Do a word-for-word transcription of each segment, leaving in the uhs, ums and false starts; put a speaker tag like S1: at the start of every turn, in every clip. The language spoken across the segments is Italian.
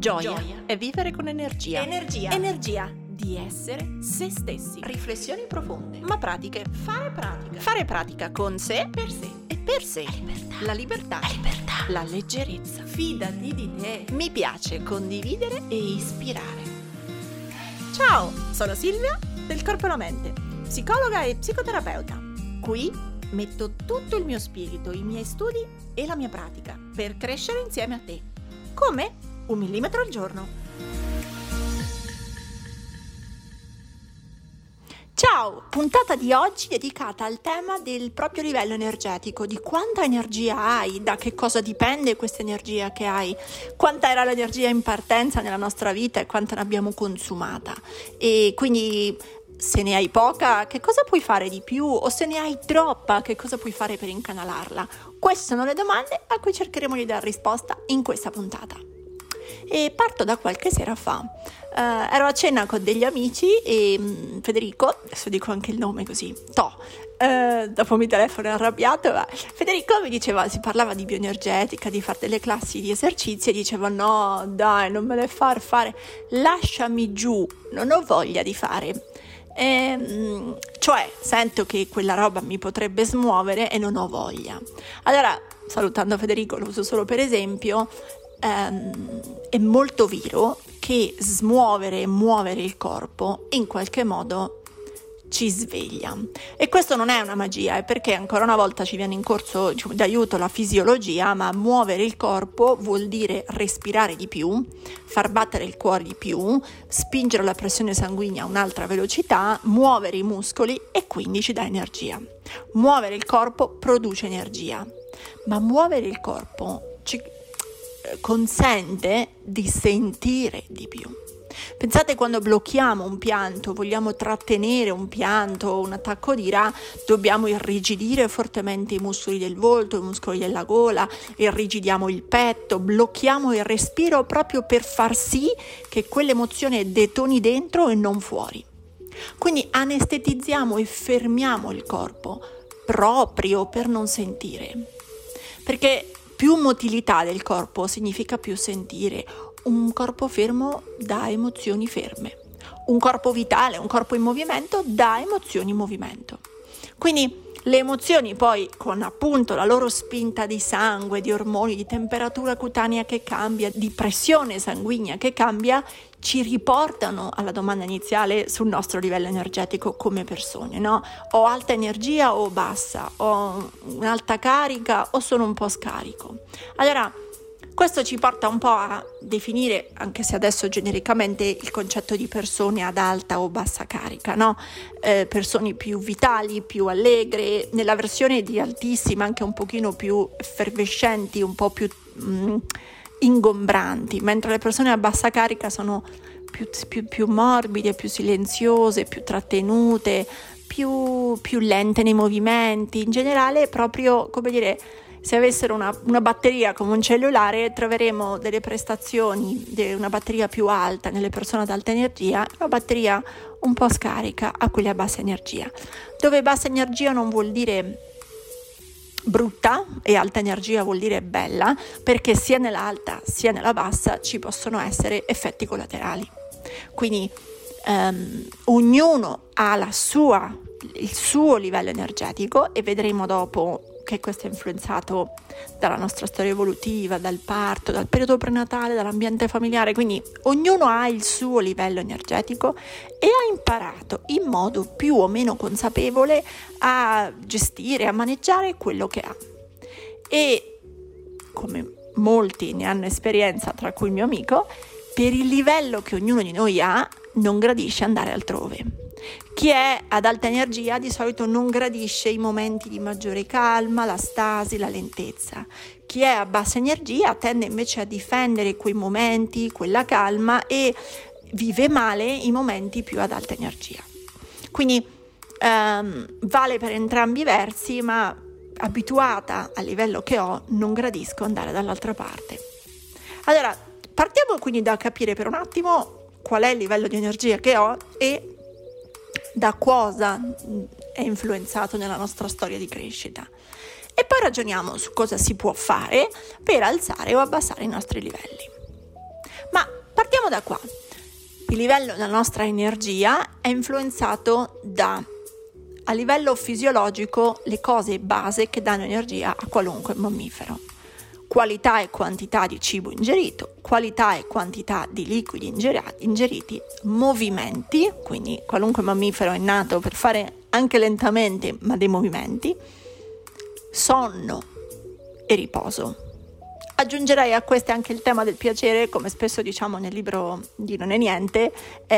S1: Gioia, Gioia è vivere con energia.
S2: Energia.
S1: Energia.
S2: Di essere se stessi.
S1: Riflessioni profonde,
S2: ma pratiche.
S1: Fare pratica.
S2: Fare pratica con sé,
S1: per sé
S2: e per sé.
S1: La libertà.
S2: La libertà.
S1: La libertà.
S2: La leggerezza.
S1: Fidati di te.
S2: Mi piace condividere
S1: e ispirare.
S2: Ciao, sono Silvia del Corpo e la Mente, psicologa e psicoterapeuta. Qui metto tutto il mio spirito, i miei studi e la mia pratica per crescere insieme a te. Come? Un millimetro al giorno. Ciao, puntata di oggi dedicata al tema del proprio livello energetico, di quanta energia hai, da che cosa dipende questa energia che hai, quanta era l'energia in partenza nella nostra vita e quanta ne abbiamo consumata. E quindi se ne hai poca, che cosa puoi fare di più? O se ne hai troppa, che cosa puoi fare per incanalarla? Queste sono le domande a cui cercheremo di dare risposta in questa puntata. E parto da qualche sera fa. Uh, ero a cena con degli amici e um, Federico, adesso dico anche il nome così, to, uh, dopo mi telefono arrabbiato, ma Federico mi diceva, si parlava di bioenergetica, di fare delle classi di esercizi e diceva no dai non me le far fare, lasciami giù, non ho voglia di fare. E, um, cioè sento che quella roba mi potrebbe smuovere e non ho voglia. Allora, salutando Federico, lo uso solo per esempio, um, è molto vero che smuovere e muovere il corpo in qualche modo ci sveglia. E questo non è una magia, è perché ancora una volta ci viene in corso, diciamo, d'aiuto la fisiologia, ma muovere il corpo vuol dire respirare di più, far battere il cuore di più, spingere la pressione sanguigna a un'altra velocità, muovere i muscoli e quindi ci dà energia. Muovere il corpo produce energia, ma muovere il corpo ci consente di sentire di più. Pensate, quando blocchiamo un pianto, vogliamo trattenere un pianto, un attacco di ira, dobbiamo irrigidire fortemente i muscoli del volto, i muscoli della gola, irrigidiamo il petto, blocchiamo il respiro proprio per far sì che quell'emozione detoni dentro e non fuori. Quindi anestetizziamo e fermiamo il corpo proprio per non sentire, perché più motilità del corpo significa più sentire. Un corpo fermo dà emozioni ferme. Un corpo vitale, un corpo in movimento dà emozioni in movimento. Quindi le emozioni poi, con appunto la loro spinta di sangue, di ormoni, di temperatura cutanea che cambia, di pressione sanguigna che cambia, ci riportano alla domanda iniziale sul nostro livello energetico come persone, no? Ho alta energia o bassa? Ho un'alta carica o sono un po' scarico? Allora, questo ci porta un po' a definire, anche se adesso genericamente, il concetto di persone ad alta o bassa carica, no? Eh, persone più vitali, più allegre, nella versione di altissima anche un pochino più effervescenti, un po' più mh, ingombranti, mentre le persone a bassa carica sono più, più, più morbide, più silenziose, più trattenute, più, più lente nei movimenti. In generale, proprio, come dire, se avessero una, una batteria come un cellulare, troveremo delle prestazioni di una batteria più alta nelle persone ad alta energia, una batteria un po' scarica a quelle a bassa energia, dove bassa energia non vuol dire brutta e alta energia vuol dire bella, perché sia nell'alta sia nella bassa ci possono essere effetti collaterali. Quindi um, ognuno ha la sua, il suo livello energetico, e vedremo dopo che questo è influenzato dalla nostra storia evolutiva, dal parto, dal periodo prenatale, dall'ambiente familiare. Quindi ognuno ha il suo livello energetico e ha imparato in modo più o meno consapevole a gestire, a maneggiare quello che ha. E come molti ne hanno esperienza, tra cui il mio amico, per il livello che ognuno di noi ha, non gradisce andare altrove. Chi è ad alta energia di solito non gradisce i momenti di maggiore calma, la stasi, la lentezza. Chi è a bassa energia tende invece a difendere quei momenti, quella calma, e vive male i momenti più ad alta energia. Quindi ehm, vale per entrambi i versi, ma abituata al livello che ho non gradisco andare dall'altra parte. Allora, partiamo quindi da capire per un attimo qual è il livello di energia che ho e da cosa è influenzato nella nostra storia di crescita, e poi ragioniamo su cosa si può fare per alzare o abbassare i nostri livelli. Ma Partiamo da qua. Il livello della nostra energia è influenzato da, a livello fisiologico, le cose base che danno energia a qualunque mammifero. Qualità e quantità di cibo ingerito, qualità e quantità di liquidi ingeriti, movimenti, quindi qualunque mammifero è nato per fare anche lentamente ma dei movimenti, sonno e riposo. Aggiungerei a questo anche il tema del piacere, come spesso diciamo nel libro di Non è niente,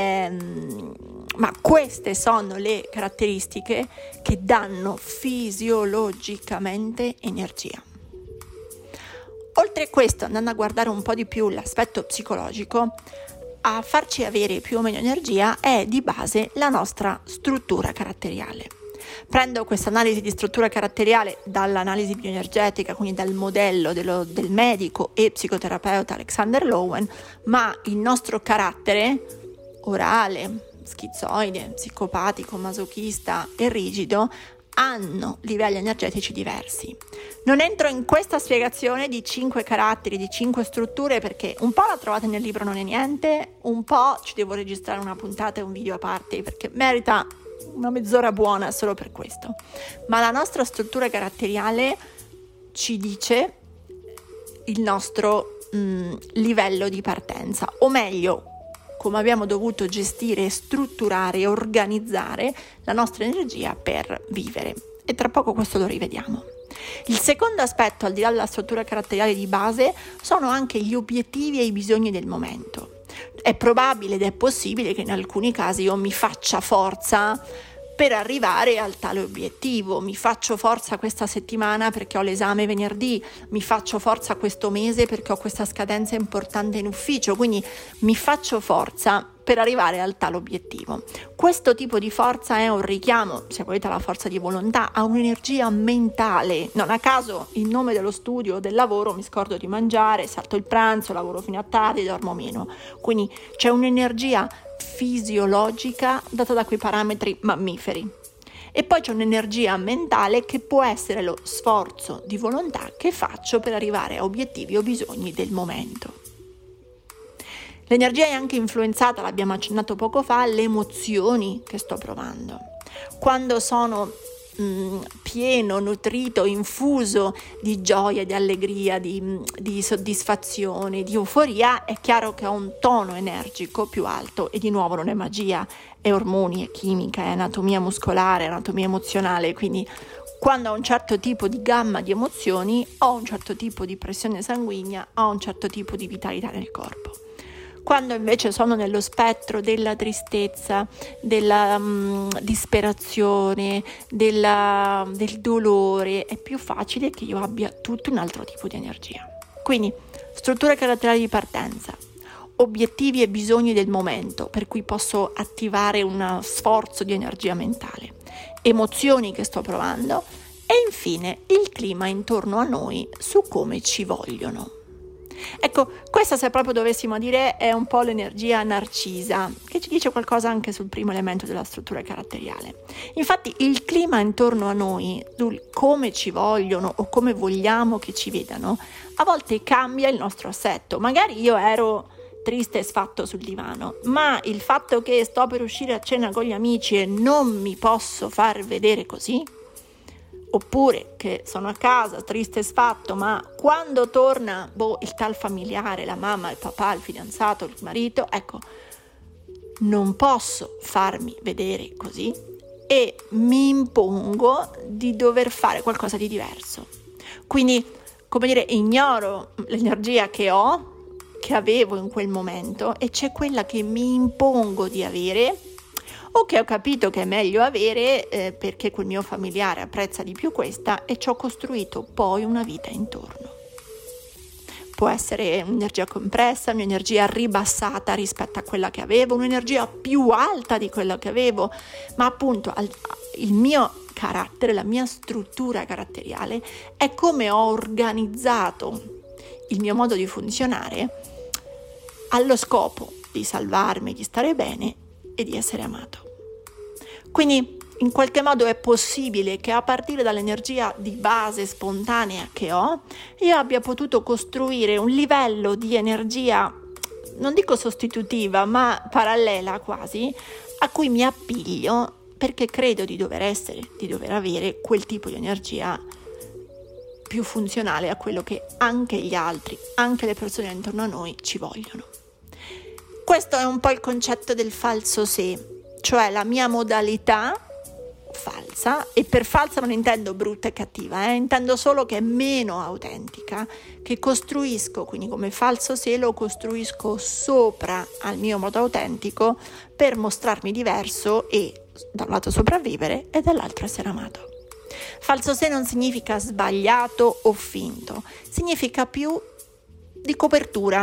S2: ehm, ma queste sono le caratteristiche che danno fisiologicamente energia. Oltre a questo, andando a guardare un po' di più l'aspetto psicologico, a farci avere più o meno energia è di base la nostra struttura caratteriale. Prendo questa analisi di struttura caratteriale dall'analisi bioenergetica, quindi dal modello dello, del medico e psicoterapeuta Alexander Lowen, ma il nostro carattere orale, schizoide, psicopatico, masochista e rigido hanno livelli energetici diversi. Non entro in questa spiegazione di cinque caratteri, di cinque strutture, perché un po' la trovate nel libro Non è niente, un po' ci devo registrare una puntata e un video a parte, perché merita una mezz'ora buona solo per questo. Ma la nostra struttura caratteriale ci dice il nostro mh, livello di partenza, o meglio, come abbiamo dovuto gestire, strutturare e organizzare la nostra energia per vivere. E tra poco questo lo rivediamo. Il secondo aspetto, al di là della struttura caratteriale di base, sono anche gli obiettivi e i bisogni del momento. È probabile ed è possibile che in alcuni casi io mi faccia forza per arrivare al tale obiettivo, mi faccio forza questa settimana perché ho l'esame venerdì, mi faccio forza questo mese perché ho questa scadenza importante in ufficio, quindi mi faccio forza per arrivare al tale obiettivo. Questo tipo di forza è un richiamo, se volete, alla forza di volontà, a un'energia mentale. Non a caso il nome dello studio o del lavoro: mi scordo di mangiare, salto il pranzo, lavoro fino a tardi, dormo meno. Quindi c'è un'energia fisiologica data da quei parametri mammiferi. E poi c'è un'energia mentale che può essere lo sforzo di volontà che faccio per arrivare a obiettivi o bisogni del momento. L'energia è anche influenzata, l'abbiamo accennato poco fa, alle emozioni che sto provando. Quando sono mh, pieno, nutrito, infuso di gioia, di allegria, di, di soddisfazione, di euforia, è chiaro che ho un tono energico più alto, e di nuovo non è magia, è ormoni, è chimica, è anatomia muscolare, anatomia emozionale, quindi quando ho un certo tipo di gamma di emozioni, ho un certo tipo di pressione sanguigna, ho un certo tipo di vitalità nel corpo. Quando invece sono nello spettro della tristezza, della um, disperazione, della, del dolore, è più facile che io abbia tutto un altro tipo di energia. Quindi, struttura caratteriale di partenza, obiettivi e bisogni del momento, per cui posso attivare uno sforzo di energia mentale, emozioni che sto provando, e infine il clima intorno a noi su come ci vogliono. Ecco, questa, se proprio dovessimo dire, è un po' l'energia narcisa, che ci dice qualcosa anche sul primo elemento della struttura caratteriale. Infatti il clima intorno a noi, sul come ci vogliono o come vogliamo che ci vedano, a volte cambia il nostro assetto. Magari io ero triste e sfatto sul divano, ma il fatto che sto per uscire a cena con gli amici e non mi posso far vedere così, oppure che sono a casa triste e sfatto, ma quando torna boh, il tal familiare, la mamma, il papà, il fidanzato, il marito, ecco, non posso farmi vedere così e mi impongo di dover fare qualcosa di diverso. Quindi, come dire, ignoro l'energia che ho, che avevo in quel momento, e c'è quella che mi impongo di avere, o che ho capito che è meglio avere eh, perché quel mio familiare apprezza di più questa, e ci ho costruito poi una vita intorno. Può essere un'energia compressa, un'energia ribassata rispetto a quella che avevo, un'energia più alta di quella che avevo, ma appunto al, il mio carattere, la mia struttura caratteriale è come ho organizzato il mio modo di funzionare allo scopo di salvarmi, di stare bene e di essere amato. Quindi in qualche modo è possibile che a partire dall'energia di base spontanea che ho, io abbia potuto costruire un livello di energia non dico sostitutiva, ma parallela quasi, a cui mi appiglio perché credo di dover essere, di dover avere quel tipo di energia più funzionale a quello che anche gli altri, anche le persone intorno a noi ci vogliono. Questo è un po' il concetto del falso sé, cioè la mia modalità falsa, e per falsa non intendo brutta e cattiva, eh? Intendo solo che è meno autentica, che costruisco, quindi come falso sé lo costruisco sopra al mio modo autentico per mostrarmi diverso e da un lato sopravvivere e dall'altro essere amato. Falso sé non significa sbagliato o finto, significa più di copertura,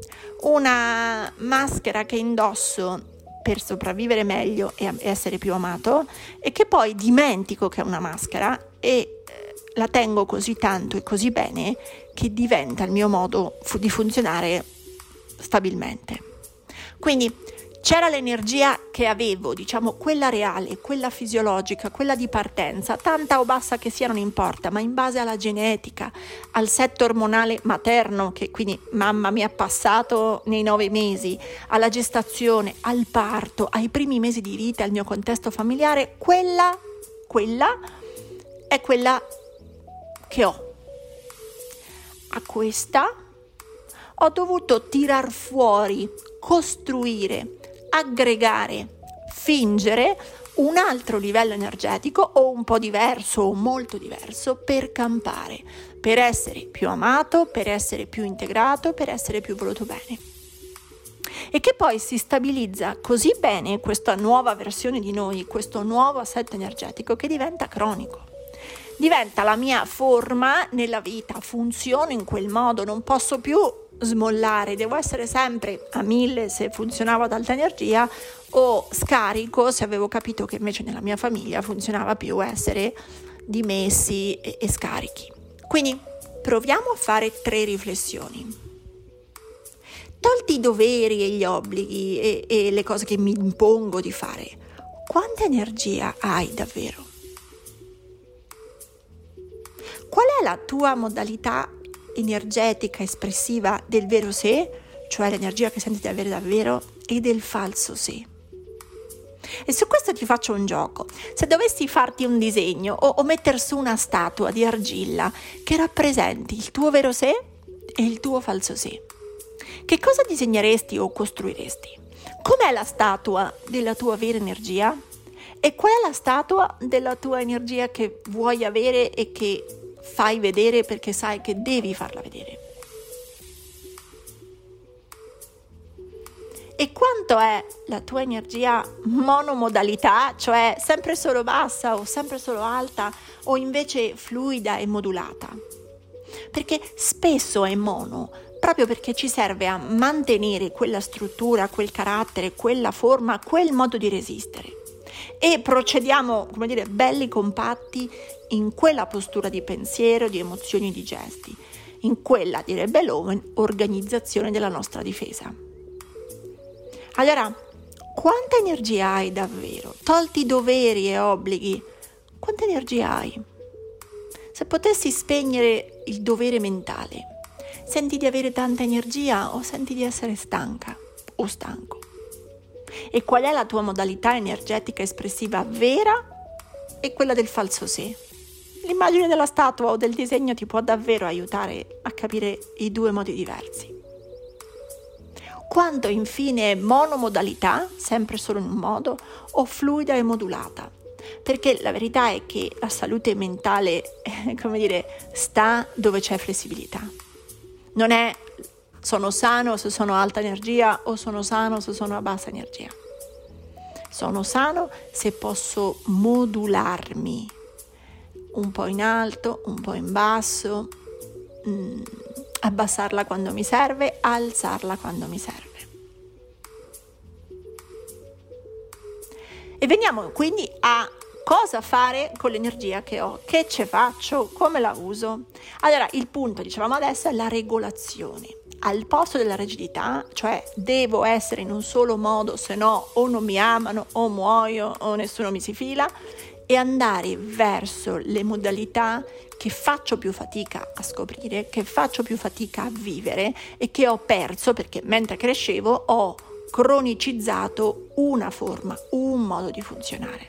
S2: una maschera che indosso per sopravvivere meglio e essere più amato e che poi dimentico che è una maschera e la tengo così tanto e così bene che diventa il mio modo di funzionare stabilmente. Quindi c'era l'energia che avevo, diciamo quella reale, quella fisiologica, quella di partenza, tanta o bassa che sia non importa, ma in base alla genetica, al setto ormonale materno che quindi mamma mi ha passato nei nove mesi, alla gestazione, al parto, ai primi mesi di vita, al mio contesto familiare, quella, quella è quella che ho. A questa ho dovuto tirar fuori, costruire, aggregare, fingere un altro livello energetico o un po' diverso o molto diverso per campare, per essere più amato, per essere più integrato, per essere più voluto bene. E che poi si stabilizza così bene questa nuova versione di noi, questo nuovo assetto energetico che diventa cronico. Diventa la mia forma nella vita, funziono in quel modo, non posso più smollare, devo essere sempre a mille se funzionava ad alta energia o scarico se avevo capito che invece nella mia famiglia funzionava più essere dimessi e, e scarichi. Quindi proviamo a fare tre riflessioni. Tolti i doveri e gli obblighi e, e le cose che mi impongo di fare, quanta energia hai davvero? Qual è la tua modalità energetica espressiva del vero sé, cioè l'energia che senti di avere davvero, e del falso sé? E su questo ti faccio un gioco. Se dovessi farti un disegno o, o mettere su una statua di argilla che rappresenti il tuo vero sé e il tuo falso sé, che cosa disegneresti o costruiresti? Com'è la statua della tua vera energia? E qual è la statua della tua energia che vuoi avere e che fai vedere perché sai che devi farla vedere? E quanto è la tua energia monomodalità, cioè sempre solo bassa o sempre solo alta o invece fluida e modulata? Perché spesso è mono, proprio perché ci serve a mantenere quella struttura, quel carattere, quella forma, quel modo di resistere. E procediamo, come dire, belli compatti in quella postura di pensiero, di emozioni, di gesti, in quella, direbbe Lowen, organizzazione della nostra difesa. Allora, quanta energia hai davvero? Tolti i doveri e obblighi, quanta energia hai? Se potessi spegnere il dovere mentale, senti di avere tanta energia o senti di essere stanca o stanco? E qual è la tua modalità energetica espressiva vera e quella del falso sé? L'immagine della statua o del disegno ti può davvero aiutare a capire i due modi diversi. Quanto infine monomodalità, sempre solo in un modo, o fluida e modulata? Perché la verità è che la salute mentale, eh, come dire, sta dove c'è flessibilità. Non è sono sano se sono a alta energia o sono sano se sono a bassa energia. Sono sano se posso modularmi un po' in alto, un po' in basso, mh, abbassarla quando mi serve, alzarla quando mi serve. E veniamo quindi a cosa fare con l'energia che ho, che ce faccio, come la uso. Allora, il punto, dicevamo adesso, è la regolazione. Al posto della rigidità, cioè devo essere in un solo modo, se no o non mi amano o muoio o nessuno mi si fila, e andare verso le modalità che faccio più fatica a scoprire, che faccio più fatica a vivere e che ho perso perché mentre crescevo ho cronicizzato una forma, un modo di funzionare.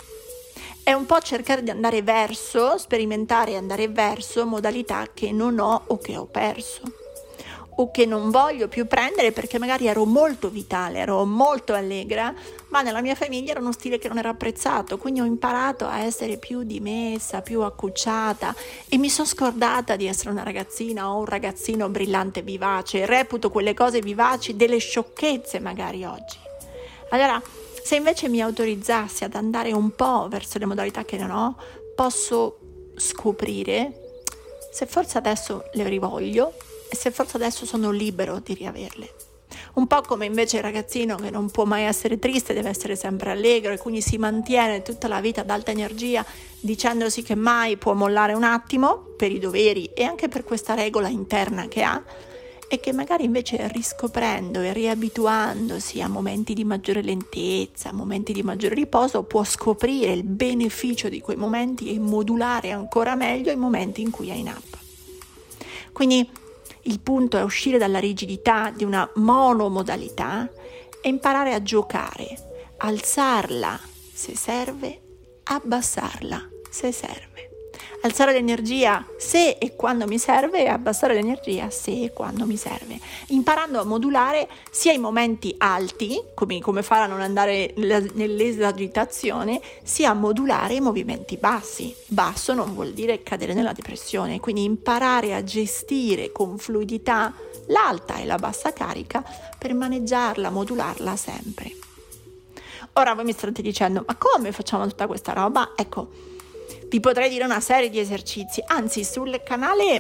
S2: È un po' cercare di andare verso, sperimentare e andare verso modalità che non ho o che ho perso o che non voglio più prendere perché magari ero molto vitale, ero molto allegra, ma nella mia famiglia era uno stile che non era apprezzato, quindi ho imparato a essere più dimessa, più accucciata e mi sono scordata di essere una ragazzina o un ragazzino brillante e vivace, reputo quelle cose vivaci delle sciocchezze magari oggi. Allora, se invece mi autorizzassi ad andare un po' verso le modalità che non ho, posso scoprire se forse adesso le rivoglio e se forse adesso sono libero di riaverle. Un po' come invece il ragazzino che non può mai essere triste, deve essere sempre allegro e quindi si mantiene tutta la vita ad alta energia dicendosi che mai può mollare un attimo per i doveri e anche per questa regola interna che ha e che magari invece riscoprendo e riabituandosi a momenti di maggiore lentezza, momenti di maggiore riposo, può scoprire il beneficio di quei momenti e modulare ancora meglio i momenti in cui è in app. Quindi il punto è uscire dalla rigidità di una monomodalità e imparare a giocare, alzarla se serve, abbassarla se serve. Alzare l'energia se e quando mi serve e abbassare l'energia se e quando mi serve, imparando a modulare sia i momenti alti, come, come fare a non andare nell'esagitazione, sia a modulare i movimenti bassi. Basso non vuol dire cadere nella depressione, quindi imparare a gestire con fluidità l'alta e la bassa carica per maneggiarla, modularla sempre. Ora voi mi state dicendo, ma come facciamo tutta questa roba? Ecco, vi potrei dire una serie di esercizi, anzi sul canale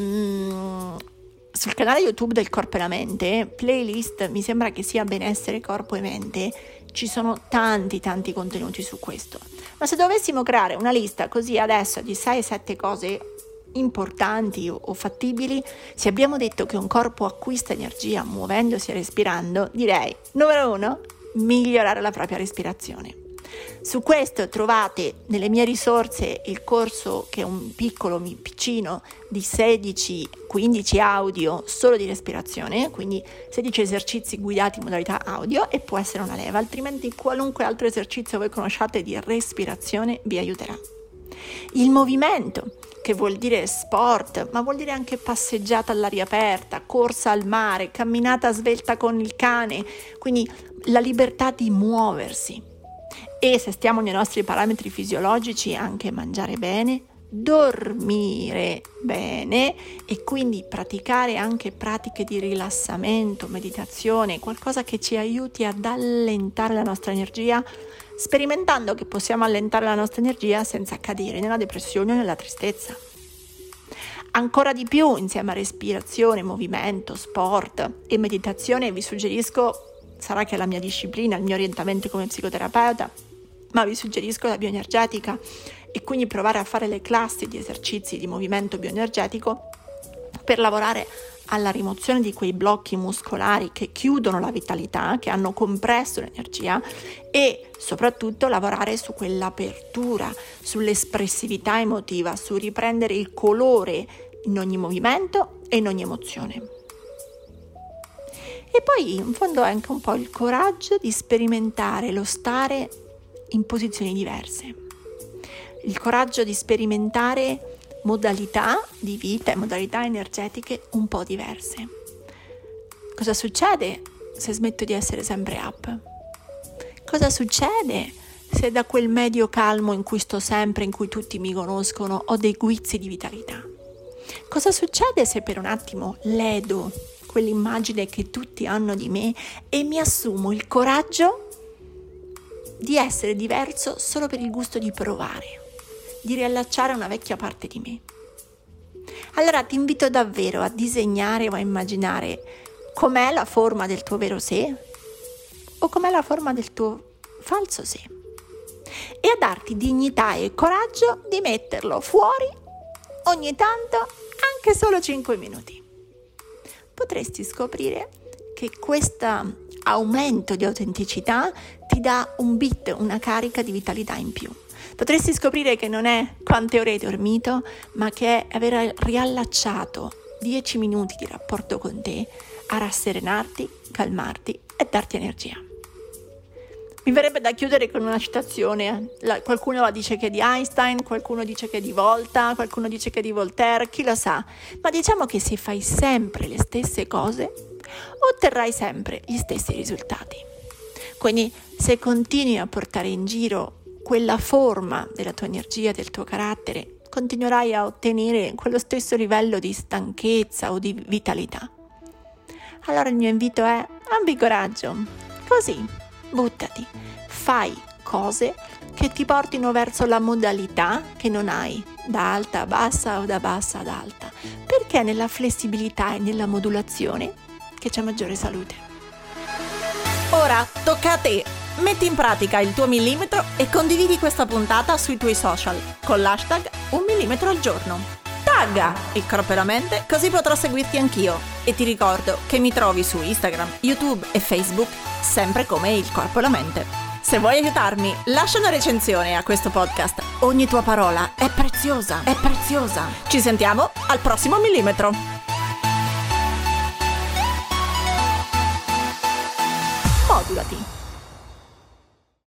S2: mm, sul canale YouTube del Corpo e la Mente, playlist, mi sembra che sia benessere corpo e mente, ci sono tanti tanti contenuti su questo. Ma se dovessimo creare una lista così adesso di sei sette cose importanti o, o fattibili, se abbiamo detto che un corpo acquista energia muovendosi e respirando, direi numero uno, migliorare la propria respirazione. Su questo trovate nelle mie risorse il corso che è un piccolo piccino di sedici quindici audio solo di respirazione, quindi sedici esercizi guidati in modalità audio e può essere una leva, altrimenti qualunque altro esercizio voi conosciate di respirazione vi aiuterà. Il movimento, che vuol dire sport, ma vuol dire anche passeggiata all'aria aperta, corsa al mare, camminata svelta con il cane, quindi la libertà di muoversi. E se stiamo nei nostri parametri fisiologici, anche mangiare bene, dormire bene e quindi praticare anche pratiche di rilassamento, meditazione, qualcosa che ci aiuti ad allentare la nostra energia, sperimentando che possiamo allentare la nostra energia senza cadere nella depressione o nella tristezza. Ancora di più, insieme a respirazione, movimento, sport e meditazione, vi suggerisco, sarà che è la mia disciplina, il mio orientamento come psicoterapeuta, ma vi suggerisco la bioenergetica e quindi provare a fare le classi di esercizi di movimento bioenergetico per lavorare alla rimozione di quei blocchi muscolari che chiudono la vitalità, che hanno compresso l'energia e soprattutto lavorare su quell'apertura, sull'espressività emotiva, su riprendere il colore in ogni movimento e in ogni emozione. E poi in fondo è anche un po' il coraggio di sperimentare lo stare in posizioni diverse, il coraggio di sperimentare modalità di vita e modalità energetiche un po' diverse. Cosa succede se smetto di essere sempre up? Cosa succede se da quel medio calmo in cui sto sempre, in cui tutti mi conoscono, ho dei guizzi di vitalità? Cosa succede se per un attimo ledo quell'immagine che tutti hanno di me e mi assumo il coraggio di essere diverso solo per il gusto di provare, di riallacciare una vecchia parte di me? Allora ti invito davvero a disegnare o a immaginare com'è la forma del tuo vero sé o com'è la forma del tuo falso sé e a darti dignità e coraggio di metterlo fuori ogni tanto, anche solo cinque minuti. Potresti scoprire che questo aumento di autenticità ti dà un bit, una carica di vitalità in più. Potresti scoprire che non è quante ore hai dormito, ma che è aver riallacciato dieci minuti di rapporto con te a rasserenarti, calmarti e darti energia. Mi verrebbe da chiudere con una citazione. La, qualcuno la dice che è di Einstein, qualcuno dice che è di Volta, qualcuno dice che è di Voltaire, chi lo sa. Ma diciamo che se fai sempre le stesse cose, otterrai sempre gli stessi risultati. Quindi se continui a portare in giro quella forma della tua energia, del tuo carattere, continuerai a ottenere quello stesso livello di stanchezza o di vitalità. Allora il mio invito è: abbi coraggio, così, buttati, fai cose che ti portino verso la modalità che non hai, da alta a bassa o da bassa ad alta, perché è nella flessibilità e nella modulazione che c'è maggiore salute.
S1: Ora tocca a te. Metti in pratica il tuo millimetro e condividi questa puntata sui tuoi social con l'hashtag un millimetro al giorno. Tagga il corpo e la mente, così potrò seguirti anch'io. E ti ricordo che mi trovi su Instagram, YouTube e Facebook sempre come il corpo e la mente. Se vuoi aiutarmi, lascia una recensione a questo podcast. Ogni tua parola è preziosa, è preziosa. Ci sentiamo al prossimo millimetro.
S2: Modulati.